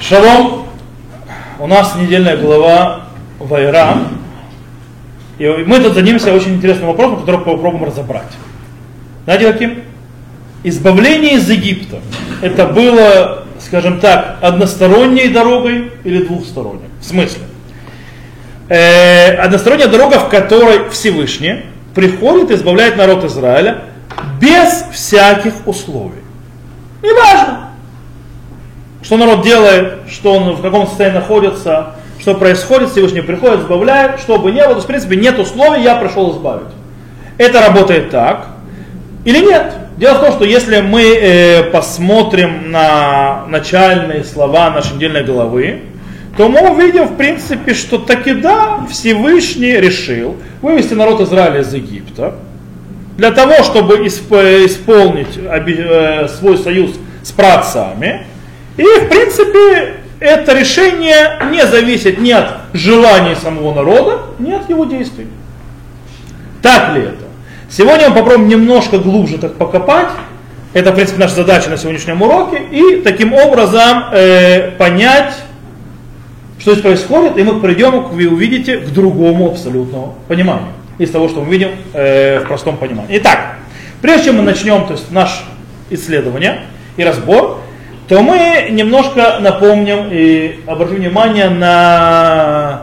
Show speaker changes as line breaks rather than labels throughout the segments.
Шалом. У нас недельная глава Ваира. И мы тут занимаемся очень интересным вопросом, который попробуем разобрать. Знаете каким? Избавление из Египта. Это было, скажем так, односторонней дорогой или двухсторонней? В смысле? Односторонняя дорога, в которой Всевышний приходит и избавляет народ Израиля без всяких условий. Не важно, что народ делает, что он в каком состоянии находится, что происходит, Всевышний приходит, избавляет, что бы ни было, то есть, в принципе, нет условий, я пришел избавить. Это работает так или нет? Дело в том, что если мы посмотрим на начальные слова нашей недельной главы, то мы увидим, в принципе, что таки да, Всевышний решил вывести народ Израиля из Египта для того, чтобы исполнить свой союз с праотцами. И, в принципе, это решение не зависит ни от желаний самого народа, ни от его действий. Так ли это? Сегодня мы попробуем немножко глубже так покопать. Это, в принципе, наша задача на сегодняшнем уроке. И таким образом понять, что здесь происходит, и мы придем, как вы увидите, к другому абсолютному пониманию. Из того, что мы видим в простом понимании. Итак, прежде чем мы начнем наше исследование и разбор, то мы немножко напомним и обратим внимание на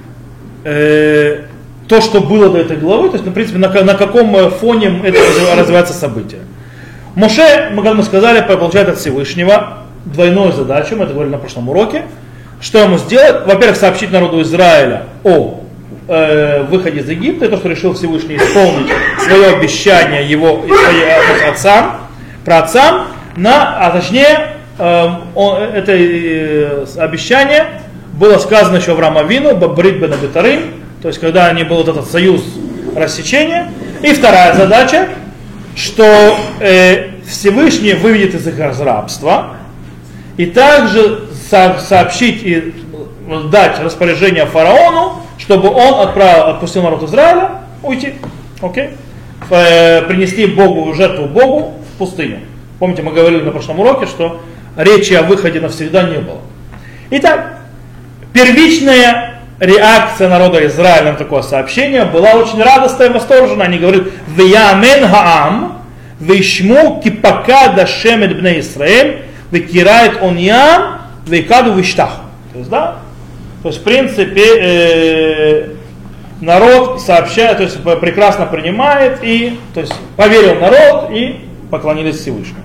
то, что было до этой главы, то есть, в принципе, на каком фоне это развивается событие. Моше, как мы сказали, получает от Всевышнего двойную задачу, мы это говорили на прошлом уроке. Что ему сделать? Во-первых, сообщить народу Израиля о выходе из Египта, то, что решил Всевышний исполнить свое обещание его праотцам, а точнее, это обещание было сказано еще Аврааму Авину, Брит бен Абитарим, то есть когда они был вот этот союз рассечения. И вторая задача, что Всевышний выведет из их рабства, и также сообщить и дать распоряжение фараону, чтобы он отпустил народ Израиля уйти, принести жертву Богу в пустыню. Помните, мы говорили на прошлом уроке, что речи о выходе навсегда не было. Итак, первичная реакция народа Израиля на такое сообщение была очень радостная и восторженная. Они говорят: «Виямен хаам, вишму кипака дашемет бне Исраэль, викирает он ям, викаду виштах». То есть, да? То есть, в принципе, народ сообщает, то есть прекрасно принимает, и, то есть, поверил народ и поклонились Всевышнему.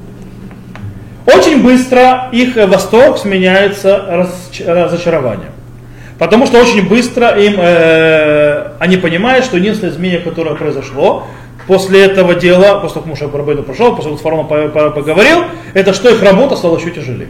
Очень быстро их восторг сменяется разочарованием. Потому что очень быстро они понимают, что единственное изменение, которое произошло после этого дела, после того, как Моше Рабейну прошел, после того, как с фараоном поговорил, это что их работа стала еще тяжелее.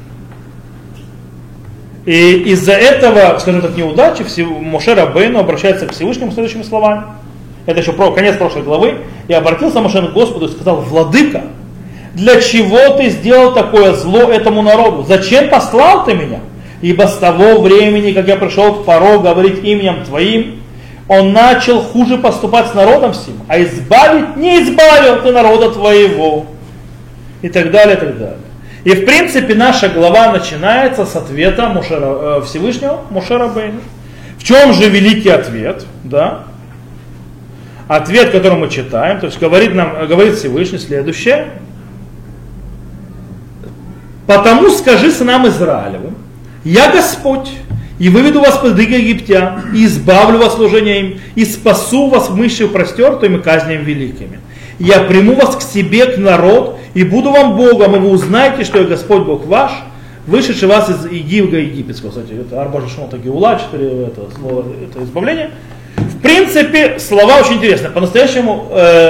И из-за этого, скажем так, неудачи, Моше Рабейну обращается к Всевышнему следующими словами. Это еще конец прошлой главы. «И обратился Моше к Господу и сказал: Владыка, для чего ты сделал такое зло этому народу? Зачем послал ты меня? Ибо с того времени, как я пришел к Фаро говорить именем твоим, он начал хуже поступать с народом всем, а избавить не избавил ты народа твоего». И так далее, и так далее. И в принципе наша глава начинается с ответа Всевышнего Моше Рабейну. В чем же великий ответ? Да? Ответ, который мы читаем, то есть говорит Всевышний следующее: «Потому скажи сынам Израилевым: я Господь, и выведу вас под иго египтян, и избавлю вас служения им, и спасу вас мышью простертыми казнями великими. Я приму вас к себе, к народ, и буду вам Богом, и вы узнаете, что я Господь Бог ваш, вышедший вас из Египта египетского». Кстати, это Арба Шмот Геула, это слово, это избавление. В принципе, слова очень интересные. По-настоящему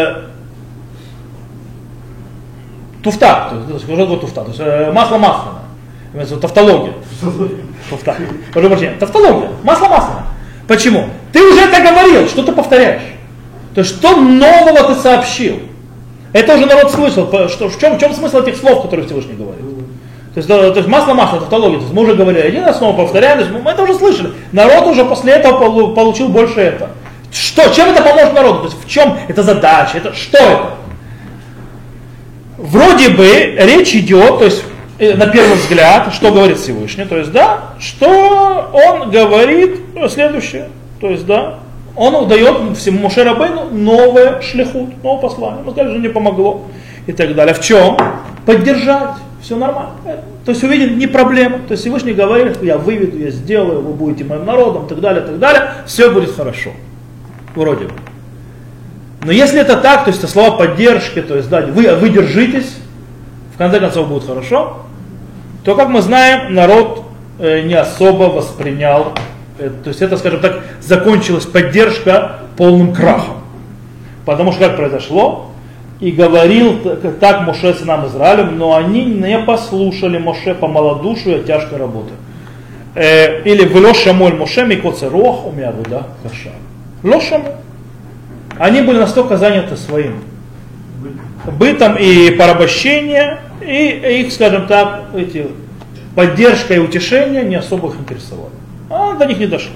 туфта, то есть уже туфта, то есть масло масляное, тавтология. Туфта. Прошу прощения, тавтология, масло масляное. Почему? Ты уже это говорил, что ты повторяешь? То есть что нового ты сообщил? Это уже народ слышал. В чем смысл этих слов, которые Всевышний говорит? То есть масло масляное, тавтология. То есть мы уже говорили, один раз снова повторяем, то есть мы это уже слышали. Народ уже после этого получил больше это. Что? Чем это поможет народу? То есть в чем это задача? Что это? Вроде бы речь идет, то есть на первый взгляд, что говорит Всевышний, то есть, да, что он говорит следующее, то есть, да, он дает всему Моше Рабейну новое шлихут, новое послание. Мы сказали, что не помогло и так далее. В чем? Поддержать. Все нормально. То есть увидеть не проблема. То есть Всевышний говорит, я выведу, я сделаю, вы будете моим народом, и так далее, все будет хорошо. Вроде бы. Но если это так, то есть это слова поддержки, то есть да, вы держитесь, в конце концов будет хорошо, то, как мы знаем, народ не особо воспринял. То есть это, скажем так, закончилась поддержка полным крахом. Потому что как произошло? И говорил так Моше сынам Израилем, но они не послушали Моше по малодушию и тяжкой работе. Или в ло шамоль Моше микоце рох умявуда каша. Ло шамоль. Они были настолько заняты своим бытом и порабощением, и их, скажем так, поддержка и утешение не особо их интересовали. До них не дошло.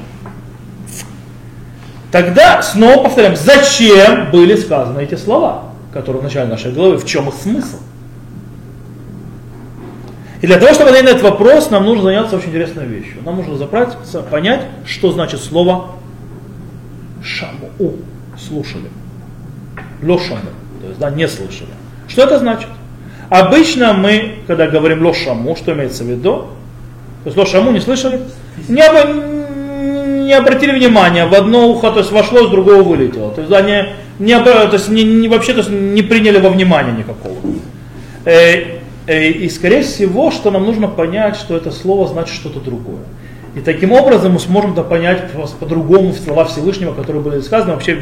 Тогда снова повторяем, зачем были сказаны эти слова, которые в начале нашей главы, в чем их смысл? И для того, чтобы ответить на этот вопрос, нам нужно заняться очень интересной вещью. Нам нужно понять, что значит слово шаму, слушали. Ло шаму, то есть да, не слышали. Что это значит? Обычно мы, когда говорим ло шаму, что имеется в виду? То есть ло шаму не слышали? Не обратили внимания, в одно ухо, то есть вошло, с другого вылетело. То есть, да, вообще не приняли во внимание никакого. И скорее всего, что нам нужно понять, что это слово значит что-то другое. И таким образом мы сможем это понять по-другому в слова Всевышнего, которые были сказаны, вообще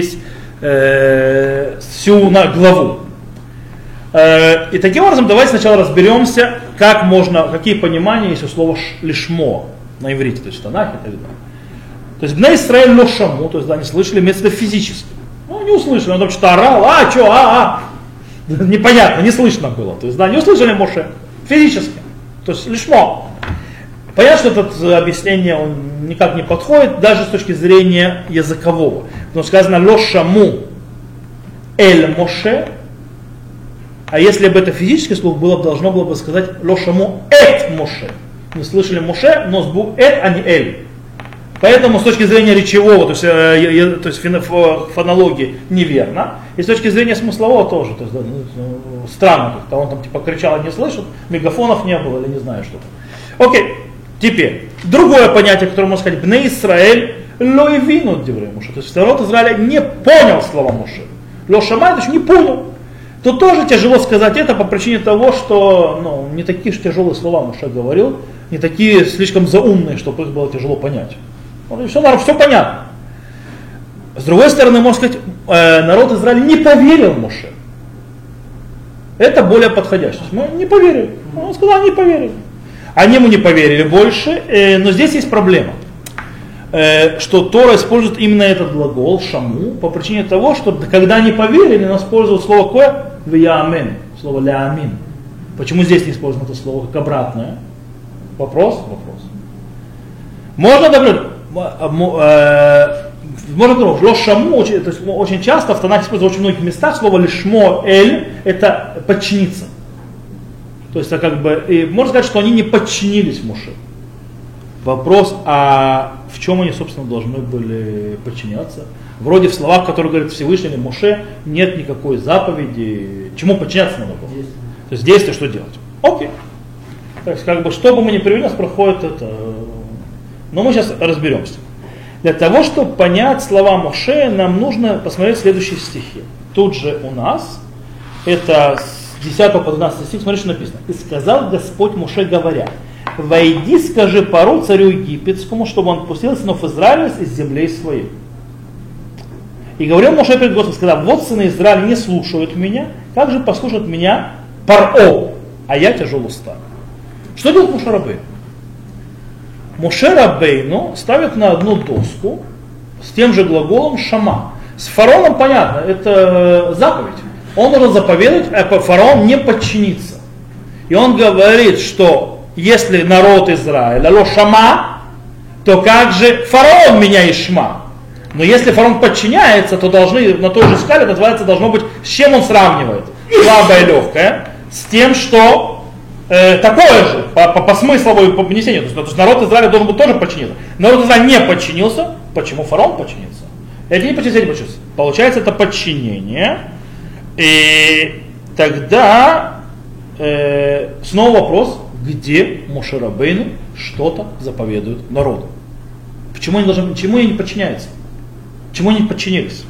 всю главу. И таким образом давайте сначала разберемся, какие понимания есть у слова лишмо на иврите, то есть в Танахе и так далее. То есть Бней Исраэль ло шаму, то есть да, не слышали, имеется в виду физически. Ну, не услышали, он там что-то орал, непонятно, не слышно было. То есть да, не услышали Моше физически, то есть лишмо. Понятно, что это объяснение он никак не подходит, даже с точки зрения языкового. Потому что сказано ло шаму эль Моше, а если бы это физический слух было, должно было бы сказать ло шаму эт Моше. Не слышали Моше, но сбу эт, а не эль. Поэтому с точки зрения речевого, то есть фонологии неверно. И с точки зрения смыслового тоже. То есть, да, странно, как-то он там типа кричал, а не слышит, мегафонов не было или не знаю что-то. Окей, теперь другое понятие, которое можно сказать, Бней Исраэль ло ивину деврей Моше. То есть народ Израиля не понял слова Моше. Ло шамай, то есть не понял. Тут тоже тяжело сказать это по причине того, что не такие же тяжелые слова Моше говорил, не такие слишком заумные, чтобы их было тяжело понять. Все понятно. С другой стороны, можно сказать, народ Израиля не поверил Моше. Это более подходяще. Мы не поверили. Он сказал, не поверили. Они ему не поверили больше, но здесь есть проблема. Что Тора использует именно этот глагол шаму по причине того, что когда они поверили, он использовал слово кое вяамен, слово ляамин. Почему здесь не использовано это слово как обратное? Вопрос. Можно добавить, ло шаму, то есть очень часто в Танахе используется в очень многих местах слово лишмо эль, это подчиниться. То есть можно сказать, что они не подчинились Моше. Вопрос, а в чем они, собственно, должны были подчиняться? Вроде в словах, которые говорит Всевышний или Моше, нет никакой заповеди. Чему подчиняться надо было? То есть действие, что делать? Окей. То есть, что бы мы ни привели, нас проходит это. Но мы сейчас разберемся. Для того, чтобы понять слова Моше, нам нужно посмотреть следующие стихи. Тут же у нас, это с 10 по 12 стих, смотрите, что написано. «И сказал Господь Моше, говоря, войди, скажи Паро, царю египетскому, чтобы он пустил сынов Израиля из землей своей. И говорил Моше перед Господом, сказал, вот сыны Израиля не слушают меня, как же послушают меня Паро, а я тяжел устал». Что делает Моше Рабейну? Моше Рабейну ставит на одну доску с тем же глаголом шама. С фараоном понятно, это заповедь. Он должен заповедовать, а фараон не подчинится. И он говорит, что если народ Израиля ло шама, то как же фараон меня и шма? Но если фараон подчиняется, то должны на той же скале, называется, должно быть, с чем он сравнивает? Слабое и легкое, с тем, что такое же, по смысловому понесению. То есть народ Израиля должен был тоже подчиниться. Народ Израиля не подчинился. Почему фараон подчинился? Эти не подчинились, эти подчинились. Получается, это подчинение. И тогда снова вопрос, где Моше Рабейну что-то заповедует народу. Почему они не подчиняются? Чему они подчинились?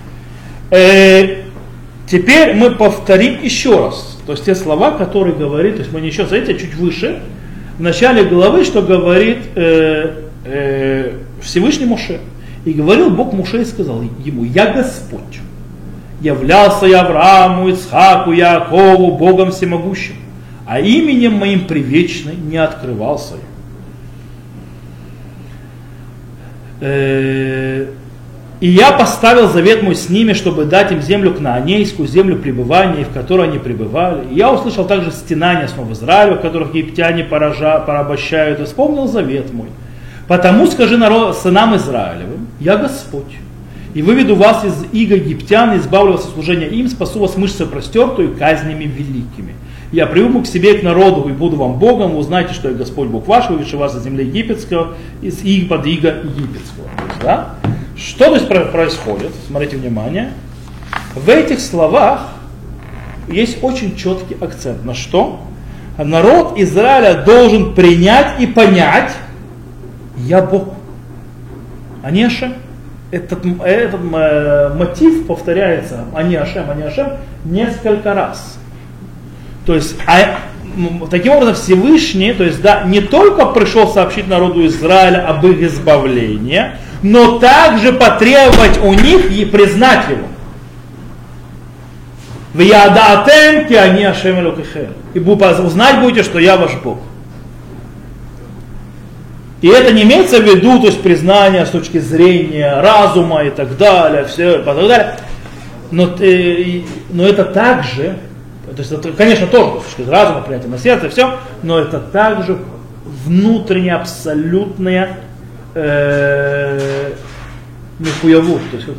Теперь мы повторим еще раз. То есть те слова, которые говорит, то есть мы не еще, смотрите, чуть выше, в начале главы, что говорит Всевышний Моше. И говорил Бог Моше и сказал ему: «Я Господь, являлся я Аврааму, Ицхаку, Яакову, Богом всемогущим, а именем моим привечно не открывался я. И я поставил завет мой с ними, чтобы дать им землю кнаанейскую, землю пребывания, в которой они пребывали. И я услышал также стенания снов Израиля, в которых египтяне порабощают, и вспомнил завет мой. Потому скажи сынам Израилевым: я Господь, и выведу вас из иго египтян, избавлю вас от служения им, спасу вас мышцей простертую и казнями великими. Я приму к себе к народу и буду вам Богом, вы узнаете, что я Господь Бог ваш, выведший вас из земли египетского, под иго египетского». То есть, да? Что здесь происходит? Смотрите внимание. В этих словах есть очень четкий акцент. На что? Народ Израиля должен принять и понять: я Бог, а не Ашем. Этот мотив повторяется «Ани Ашем, несколько раз. То есть, таким образом Всевышний, то есть, да, не только пришел сообщить народу Израиля об их избавлении, но также потребовать у них и признать его. «Виядаатем ки ани Ашем элокехем». И узнать будете, что я ваш Бог. И это не имеется в виду, то есть признание с точки зрения разума и так далее, все, и так далее. Но это также, то есть это, конечно, тоже с точки зрения разума, принятие на сердце, все, но это также внутренняя, абсолютная мехуявут, то есть как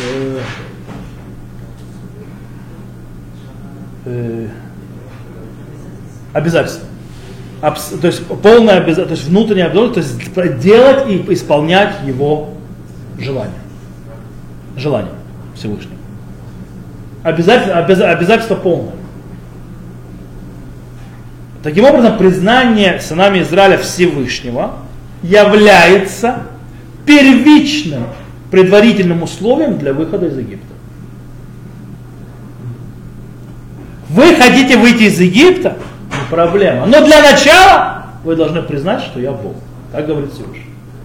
называется, обязательство. То есть полное обязательство, то есть внутреннее обязательство, то есть делать и исполнять его желание Всевышнего. Обязательство полное. Таким образом, признание сынами Израиля Всевышнего является первичным предварительным условием для выхода из Египта. Вы хотите выйти из Египта? Не проблема. Но для начала вы должны признать, что я Бог. Так говорит Всевышний.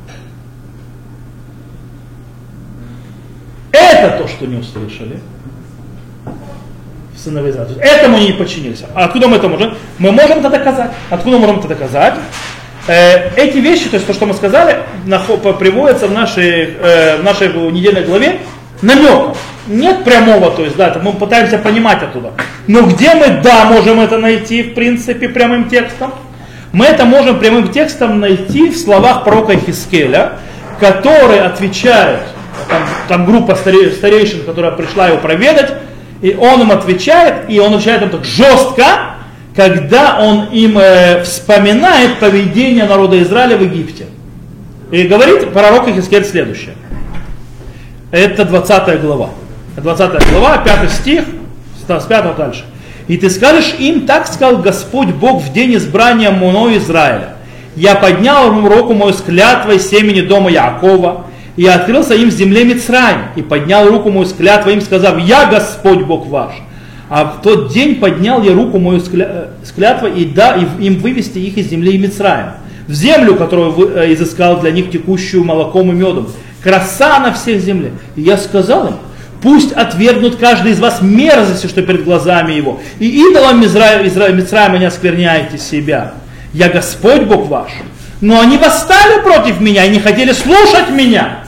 Это то, что не услышали сыновья Израиля. Этому не подчинились. А откуда мы это можем? Мы можем это доказать. Откуда мы можем это доказать? Эти вещи, то есть то, что мы сказали, приводятся в нашей недельной главе намеком. Нет прямого, то есть, да, это мы пытаемся понимать оттуда. Но где мы, да, можем это найти, в принципе, прямым текстом? Мы это можем прямым текстом найти в словах пророка Ихискеля, который отвечает, там группа старейшин, которая пришла его проведать, и он им отвечает, и он отвечает им так жестко, когда он им вспоминает поведение народа Израиля в Египте. И говорит пророк Ихискель следующее. Это 20 глава. 20 глава, 5 стих, с 5 дальше. «И ты скажешь им, так сказал Господь Бог в день избрания мною Израиля. Я поднял ему руку мою с клятвой семени дома Яакова, и открылся им в земле Мицраим, и поднял руку мою с клятвой им, сказав: я Господь Бог ваш. А в тот день поднял я руку мою с клятвой, и им вывести их из земли Мицраим, в землю, которую изыскал для них текущую молоком и медом. Краса на всех земле. И я сказал им: пусть отвергнут каждый из вас мерзости, что перед глазами его, и идолам Мицраима не оскверняйте себя. Я Господь Бог ваш. Но они восстали против меня и не хотели слушать меня.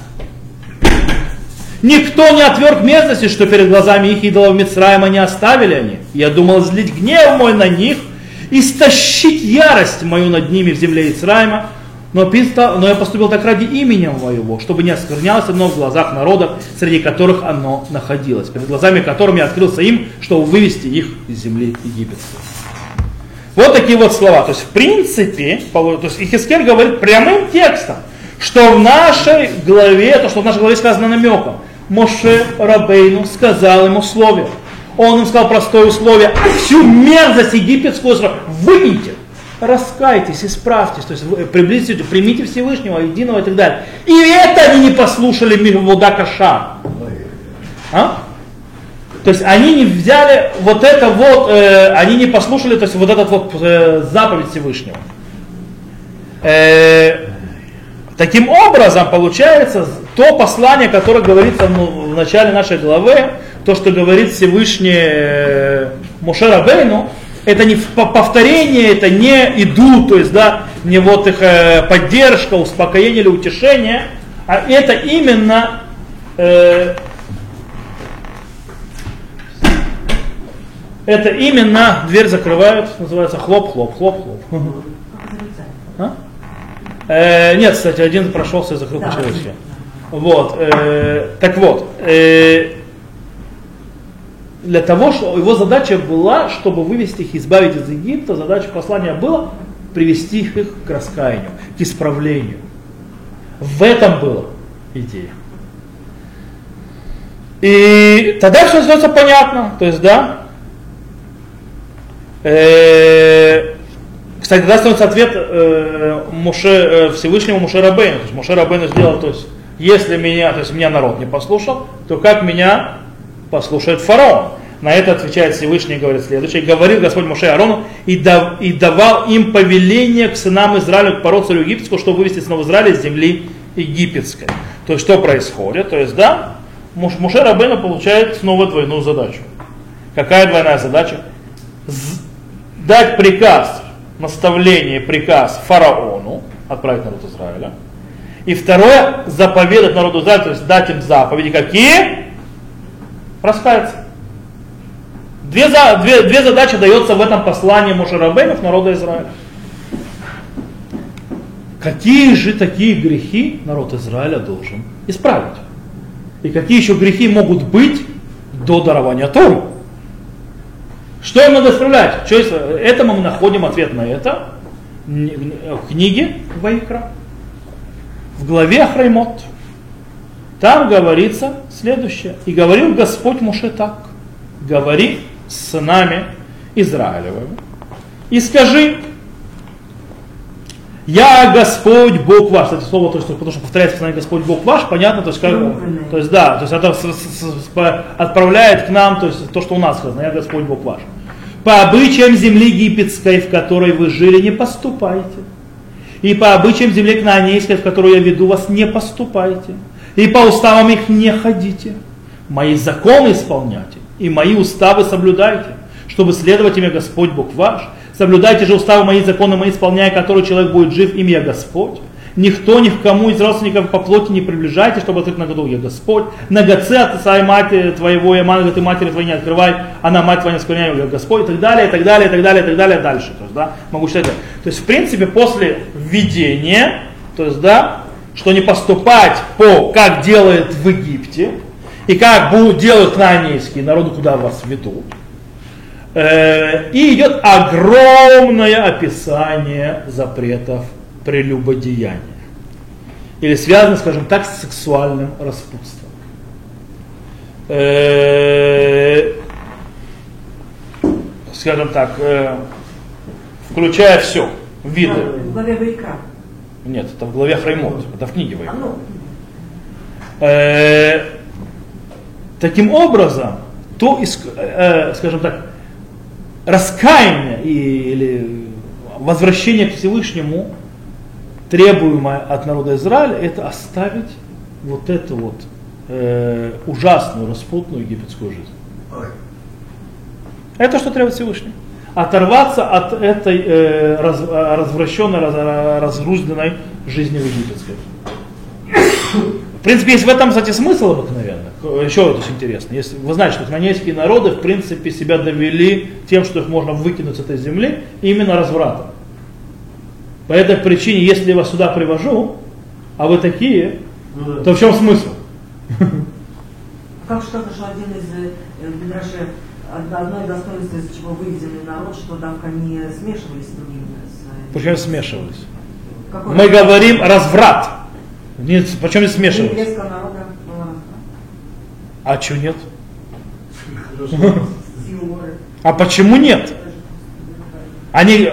Никто не отверг мерзости, что перед глазами их идолов Мицраима не оставили они. Я думал злить гнев мой на них, истощить ярость мою над ними в земле Мицраима, но я поступил так ради имени моего, чтобы не осквернялось оно в глазах народов, среди которых оно находилось, перед глазами которым я открылся им, чтобы вывести их из земли египетской. Вот такие вот слова. То есть, в принципе, то есть Ихескель говорит прямым текстом, что в нашей главе, то, что в нашей главе сказано намеком, Моше Рабейну сказал им условие. Он им сказал простое условие: всю мерзость египетскую выкиньте, раскайтесь, исправьтесь, то есть приблизьте, примите Всевышнего, единого и так далее. И это они не послушали Мивуда Каша. То есть они не взяли вот это вот, они не послушали, то есть вот этот вот заповедь Всевышнего. Таким образом, получается, то послание, которое говорится в начале нашей главы, то, что говорит Всевышний Моше Рабейну, это не повторение, это не иду, то есть, да, не вот их поддержка, успокоение или утешение, а это именно дверь закрывают, называется хлоп-хлоп. Нет, кстати, один прошелся и закрыл по-человечески. Вот, так вот, для того, что его задача была, чтобы вывести их, избавить из Египта, задача послания была привести их к раскаянию, к исправлению. В этом была идея. И тогда все становится понятно, то есть, да. Кстати, тогда становится ответ Всевышнему Моше Рабейну. То есть Моше Рабейну сделал, то есть, если меня народ не послушал, то как меня послушает фараон? На это отвечает Всевышний и говорит следующее: говорил Господь Моше Аарону и давал им повеление к сынам Израиля, к пору царю египетскому, чтобы вывести сынов Израиля из земли египетской. То есть что происходит? То есть, да, Моше Рабейну получает снова двойную задачу. Какая двойная задача? Дать приказ, наставление, приказ фараону, отправить народ Израиля. И второе, заповедать народу Израиля, то есть дать им заповеди. Какие? Раскаяться. Две задачи дается в этом послании Моше Рабейну к народу Израиля. Какие же такие грехи народ Израиля должен исправить? И какие еще грехи могут быть до дарования Торы? Что им надо исправлять? Это мы находим ответ на это в книге Ваикра, в главе Ахраймот. Там говорится следующее: и говорил Господь Моше так: говори с сынами Израилевыми и скажи: я Господь Бог ваш. Кстати, слово, то есть, потому что повторяется постоянно Господь Бог ваш, понятно, то есть, да, то есть это отправляет к нам, то есть то, что у нас сказано: я Господь Бог ваш. По обычаям земли египетской, в которой вы жили, не поступайте. И по обычаям земли кнаанейской, в которую я веду вас, не поступайте. И по уставам их не ходите. Мои законы исполняйте, и мои уставы соблюдайте, чтобы следовать ими Господь Бог ваш. Соблюдайте же уставы мои, законы мои, исполняя которые человек будет жив, им я Господь. Никто ни к кому из родственников по плоти не приближайте, чтобы открыть нагоду я Господь. Нагоцы отца и матери твоего, и ты матери твоей не открывай, она мать твоя не склоняй, я Господь, и так далее, и так далее, и так далее, и так далее, дальше. То есть, да, могу читать. То есть, в принципе, после введения, то есть, да, что не поступать по, как делает в Египте, и как делают кнаанейские народы, куда вас ведут. И идет огромное описание запретов прелюбодеяния. Или связано, скажем так, с сексуальным распутством. Скажем так, включая все, виды.
В главе Ваикра.
Нет, это в главе Ахраймот, это в книге Ваикра. Таким образом, то, скажем так, раскаяние или возвращение к Всевышнему, требуемое от народа Израиля, это оставить вот эту вот ужасную, распутную египетскую жизнь. Это что требует Всевышний. Оторваться от этой развращенной, разгруженной жизни в египетской. В принципе, есть в этом, кстати, смысл обыкновенно. Еще вот очень интересно. Если вы знаете, что кнаанейские народы, в принципе, себя довели тем, что их можно выкинуть с этой земли, именно развратом. По этой причине, если я вас сюда привожу, а вы такие, то в чем смысл?
Как что один из Мидрашей одно из достоинств, из чего выведенный народ, что давка не смешивались с другими.
Почему смешивались? Мы говорим разврат. Почему не смешивались?
Еврейского народа было разврат.
А что нет? А почему нет? Они,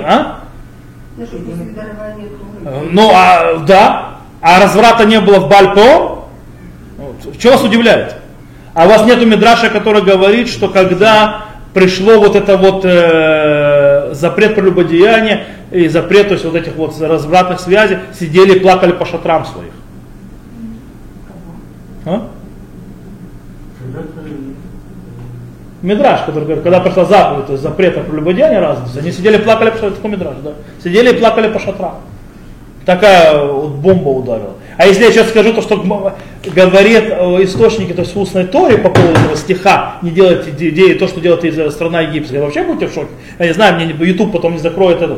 Ну, да. А разврата не было в Баль-Пеор? Что вас удивляет? А у вас нету мидраша, который говорит, что когда пришло вот это вот запрет прелюбодеяния и запрет, то есть вот этих вот развратных связей, сидели и плакали по шатрам своих. Мидраш, который говорит, когда пришла заповедь, то есть запрет прелюбодеяния разница, они сидели и плакали по шатрам, мидраш, да? Сидели и плакали по шатрам. Такая вот бомба ударила. А если я сейчас скажу то, что говорит источники, то есть в устной Торе по поводу этого стиха, не делайте идеи то, что делает страна египетская, вообще будете в шоке? Я не знаю, мне YouTube потом не закроет то,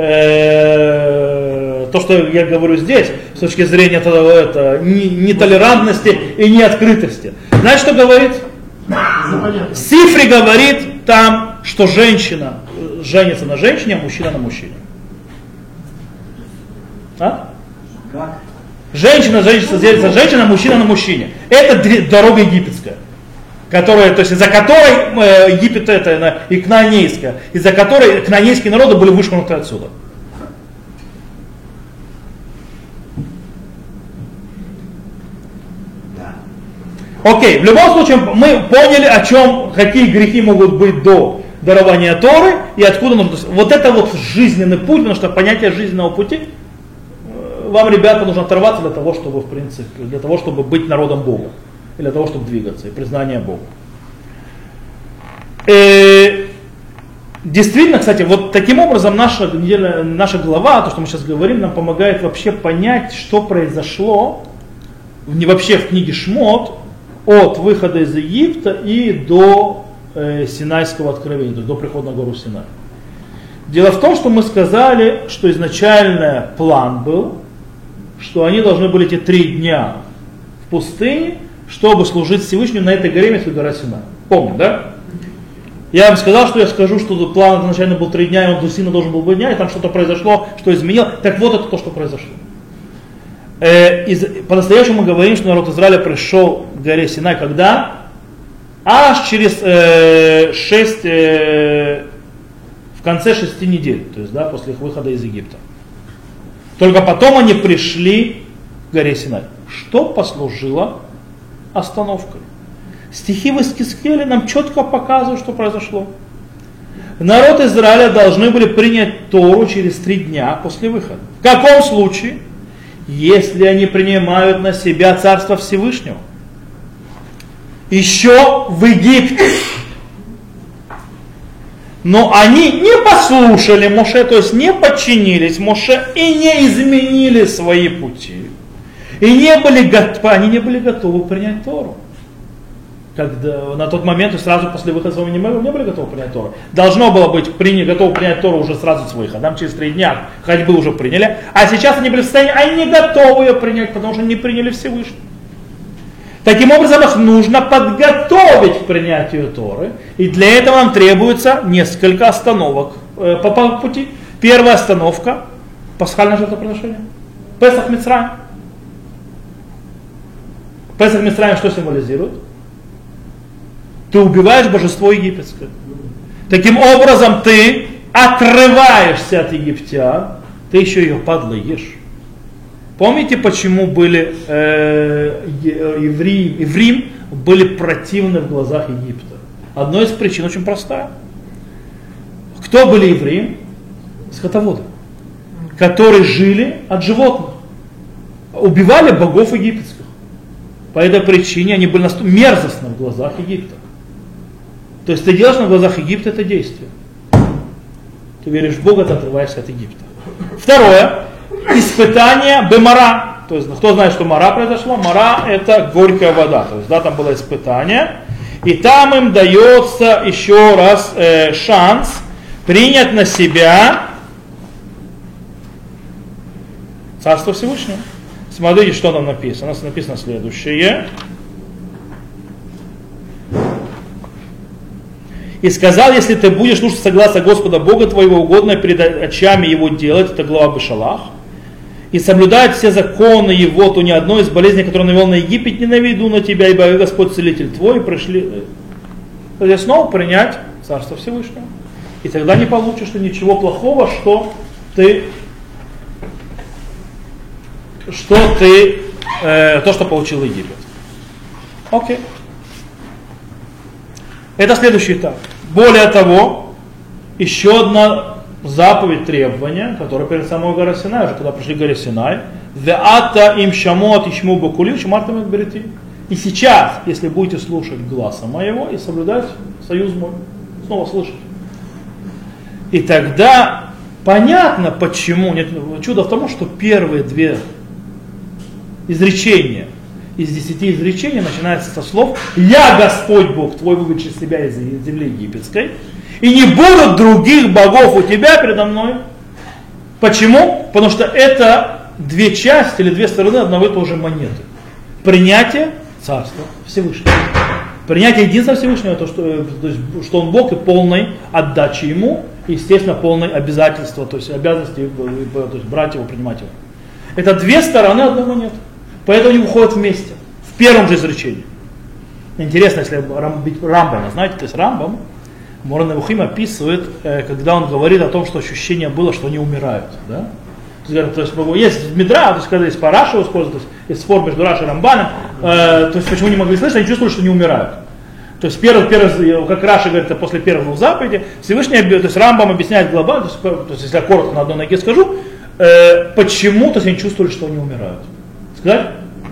что я говорю здесь, с точки зрения нетолерантности и неоткрытости. Знаете, что говорит? Сифри говорит там, что женщина женится на женщине, а мужчина на мужчине.
Как?
Женщина женится на женщине, а мужчина на мужчине. Это дорога египетская, которая, то есть из-за которой Египет это и кнаанейская, из-за которой кнаанейские народы были вышвырнуты отсюда. Окей, в любом случае мы поняли, о чем, какие грехи могут быть до дарования Торы и откуда нужно. Вот это вот жизненный путь, потому что понятие жизненного пути вам, ребята, нужно оторваться для того, чтобы, в принципе, для того, чтобы быть народом Бога, и для того, чтобы двигаться, и признание Бога. Действительно, кстати, вот таким образом наша глава, то, что мы сейчас говорим, нам помогает вообще понять, что произошло вообще в книге Шмот от выхода из Египта и до Синайского откровения, то есть до прихода на гору Синай. Дело в том, что мы сказали, что изначально план был, что они должны были эти 3 дня в пустыне, чтобы служить Всевышнему на этой горе, если гора Синай. Помню, да? Я вам сказал, что я скажу, что план изначально был 3 дня, и он сильно должен был быть дня, и там что-то произошло, что изменило. Так вот это то, что произошло. По-настоящему мы говорим, что народ Израиля пришел к горе Синай, когда? Аж через 6, в конце 6 недель, то есть, да, после их выхода из Египта. Только потом они пришли к горе Синай. Что послужило остановкой? Стихи в Ихескеле нам четко показывают, что произошло. Народ Израиля должны были принять Тору через 3 дня после выхода. В каком случае? Если они принимают на себя Царство Всевышнего. Еще в Египте. Но они не послушали Моше, то есть не подчинились Моше и не изменили свои пути. И они не были готовы принять Тору. Когда, на тот момент, сразу после выхода своего не были готовы принять Тору. Должно было быть готовы принять Тору уже сразу с выходом, через 3 дня ходьбы уже приняли. А сейчас они были в состоянии, они не готовы ее принять, потому что не приняли Всевышнего. Таким образом, их нужно подготовить к принятию Торы. И для этого нам требуется несколько остановок по пути. Первая остановка – пасхальное жертвоприношение. Песах Мицраим. Песах Мицраим что символизирует? Ты убиваешь божество египетское. Таким образом, ты отрываешься от египтян, ты еще ее падло ешь. Помните, почему были евреи были противны в глазах Египта? Одна из причин очень простая. Кто были евреи? Скотоводы, которые жили от животных, убивали богов египетских. По этой причине они были настолько мерзостны в глазах Египта. То есть ты делаешь на глазах Египта это действие. Ты веришь в Бога, ты отрываешься от Египта. Второе. Испытание бемара. То есть, кто знает, что мара произошло? Мара это горькая вода. То есть, да, там было испытание. И там им дается еще раз шанс принять на себя Царство Всевышнего. Смотрите, что там написано. У нас написано следующее. И сказал, если ты будешь слушаться гласа Господа Бога твоего, угодное перед очами его делать, это глава Бешалах, и соблюдать все законы его, то ни одной из болезней, которую навел на Египет, не наведу на тебя, ибо Господь целитель твой, пришли. То есть снова принять Царство Всевышнего. И тогда не получишь ничего плохого, то, что получил Египет. Окей. Это следующий этап. Более того, еще одна заповедь, требования, которая перед самой горой Синай, уже когда пришли к горе Синай, «Веата им шамот ишму бакулив шамартам берети». И сейчас, если будете слушать гласа моего и соблюдать союз мой, снова слышать. И тогда понятно, почему. Нет, чудо в том, что первые 2 изречения из 10 изречений начинаются со слов «Я Господь Бог твой, выведший себя из земли египетской, и не будут других богов у тебя передо мной». Почему? Потому что это 2 части или 2 стороны одного и той же монеты. Принятие Царства Всевышнего. Принятие единства Всевышнего, что Он Бог и полной отдачи Ему, и, естественно, полное обязательство, то есть обязанности брать Его, принимать Его. Это 2 стороны одной монеты. Поэтому они уходят вместе, в первом же изречении. Интересно, если Рамбама, знаете, то есть Рамбам, Моран Невухим описывает, когда он говорит о том, что ощущение было, что они умирают. Да? То есть Мидра, то есть когда есть Параша используют, то есть есть спор между Рашей и Рамбаном, то есть почему не могли слышать, они чувствовали, что не умирают. То есть как Раша говорит, это после первых 2 заповедей, Всевышний, то есть Рамбам объясняет глобально, то есть если я коротко на одной ноге скажу, почему, то есть они чувствовали, что они умирают. Сказать?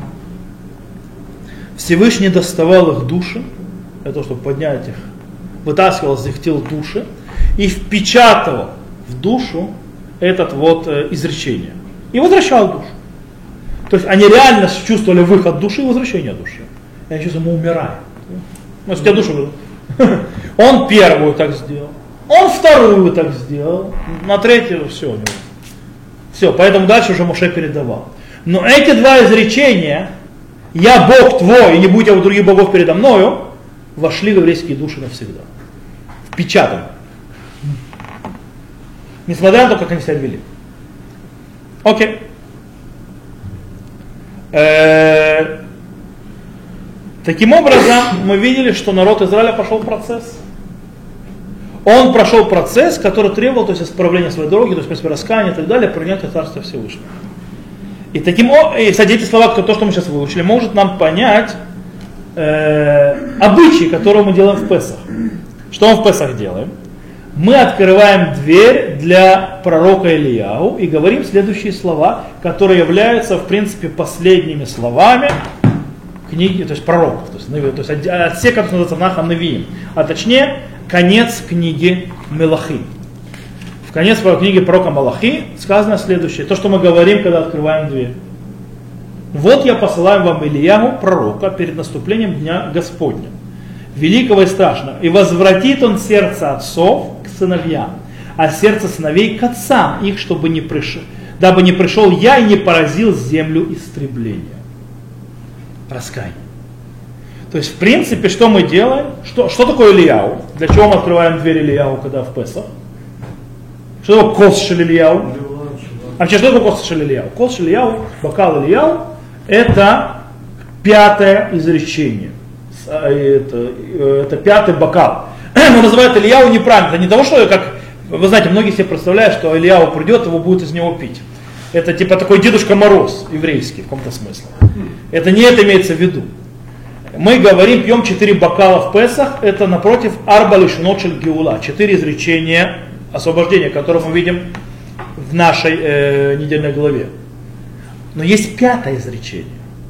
Всевышний доставал их души, для того, чтобы поднять их, вытаскивал из их тел души и впечатывал в душу это изречение. И возвращал душу. То есть они реально чувствовали выход души и возвращение души. И они чувствовали, мы умираем. Ну, если у тебя душу... Он первую так сделал, он вторую так сделал, на 3-ю все. Все, поэтому дальше уже Моше передавал. Но эти 2 изречения, «Я Бог твой, и не будь у других богов передо мною», вошли в еврейские души навсегда. Впечатаны. Несмотря на то, как они себя вели. Окей. Таким образом, мы видели, что народ Израиля пошел процесс. Он прошел процесс, который требовал, то есть исправления своей дороги, то есть раскаяния и так далее, принятия Царства Всевышнего. И кстати, эти слова, то, что мы сейчас выучили, может нам понять обычаи, которые мы делаем в Песах. Что мы в Песах делаем? Мы открываем дверь для пророка Илияу и говорим следующие слова, которые являются, в принципе, последними словами книги, то есть пророков, то есть отсек, который называется Нахам Невиим, а точнее, конец книги Мелахи. В конец книги пророка Малахи сказано следующее, то, что мы говорим, когда открываем дверь. Вот я посылаю вам Илияу, пророка, перед наступлением Дня Господня, великого и страшного, и возвратит он сердце отцов к сыновьям, а сердце сыновей к отцам их, дабы не пришел я и не поразил землю истребления. Раскаяние. То есть, в принципе, что мы делаем? Что такое Илияу? Для чего мы открываем дверь Илияу, когда в Песах? Что такое кос шель Илияу? А что такое кос шель Илияу? Кос шель Илияу, бокал Илияу, это 5-е изречение. Это 5-й бокал. Он называет Илияу неправильно. Это не того, что, как вы знаете, многие себе представляют, что Илияу придет, его будет из него пить. Это типа такой Дедушка Мороз еврейский в каком-то смысле. Это не это имеется в виду. Мы говорим, пьем 4 бокала в Песах, это напротив Арба лишонот шель геула, 4 изречения освобождения, которые мы видим в нашей недельной главе. Но есть 5-е изречение.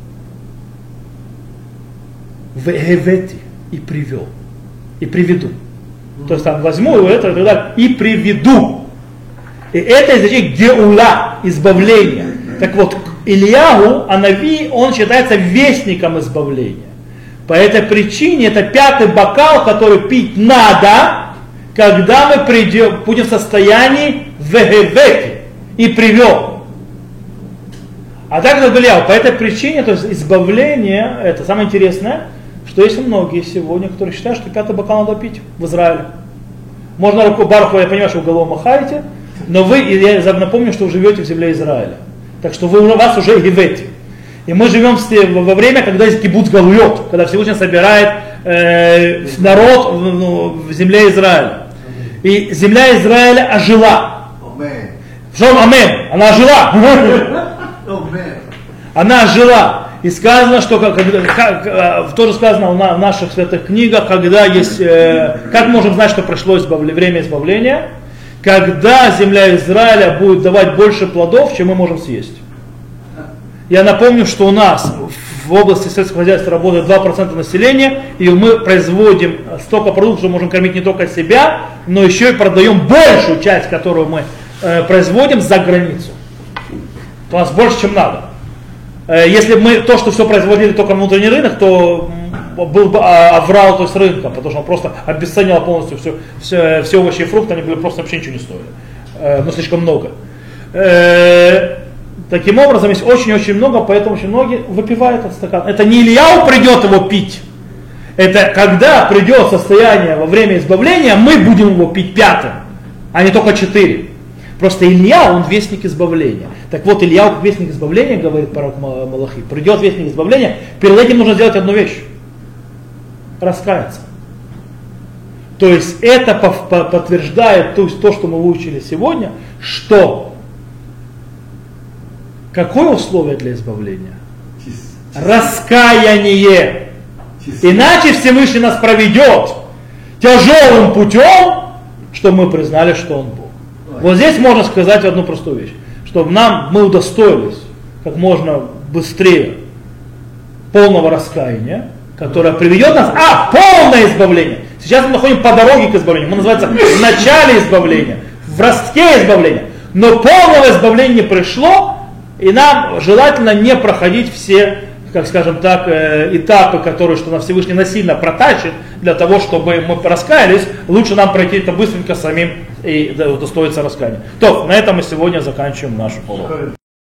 Веевети, и привел, и приведу. То есть там возьму его это, тогда и приведу. И это изречение геула, избавление. Так вот, Илияу, Анави, он считается вестником избавления. По этой причине это 5-й бокал, который пить надо, когда мы будем в состоянии вегевеки и привел. А так это Илияу. По этой причине, то есть избавление, это самое интересное, что что есть многие сегодня, которые считают, что 5-й бокал надо пить в Израиле. Можно руку Баруху, я понимаю, что вы голову махаете, но вы, и я напомню, что вы живете в земле Израиля. Так что вас уже гивете. И мы живем во время, когда есть кибуц галуйот, когда Всевышний собирает народ в земле Израиля. И земля Израиля ожила. Амен. Она ожила. Она ожила. И сказано, что тоже сказано в наших святых книгах, когда есть, как можем знать, что прошло время избавления, когда земля Израиля будет давать больше плодов, чем мы можем съесть. Я напомню, что у нас в области сельского хозяйства работает 2% населения, и мы производим столько продуктов, что можем кормить не только себя, но еще и продаем большую часть, которую мы производим, за границу. У нас больше, чем надо. Если бы мы то, что все производили только на внутренний рынок, то был бы аврал, то есть рынка, потому что он просто обесценил полностью все овощи и фрукты, они были просто вообще ничего не стоили, но слишком много. Таким образом, есть очень-очень много, поэтому очень многие выпивают этот стакан. Это не Ильяу придет его пить, это когда придет состояние во время избавления, мы будем его пить 5-м, а не только 4. Просто Илья, он вестник избавления. Так вот, Илья, как вестник избавления, говорит пророк Малахи, придет вестник избавления, перед этим нужно сделать одну вещь. Раскаяться. То есть это подтверждает то, что мы выучили сегодня, что какое условие для избавления? Раскаяние. Иначе Всевышний нас проведет тяжелым путем, чтобы мы признали, что Он Бог. Вот здесь можно сказать одну простую вещь, чтобы мы удостоились как можно быстрее полного раскаяния, которое приведет нас, полное избавление. Сейчас мы находим по дороге к избавлению, мы называется в начале избавления, в ростке избавления, но полного избавления не пришло, и нам желательно не проходить все, как скажем так, этапы, которые что на Всевышний насильно протащит, для того, чтобы мы раскаялись, лучше нам пройти это быстренько самим и удостоиться раскаяния. То, на этом мы сегодня заканчиваем нашу урок.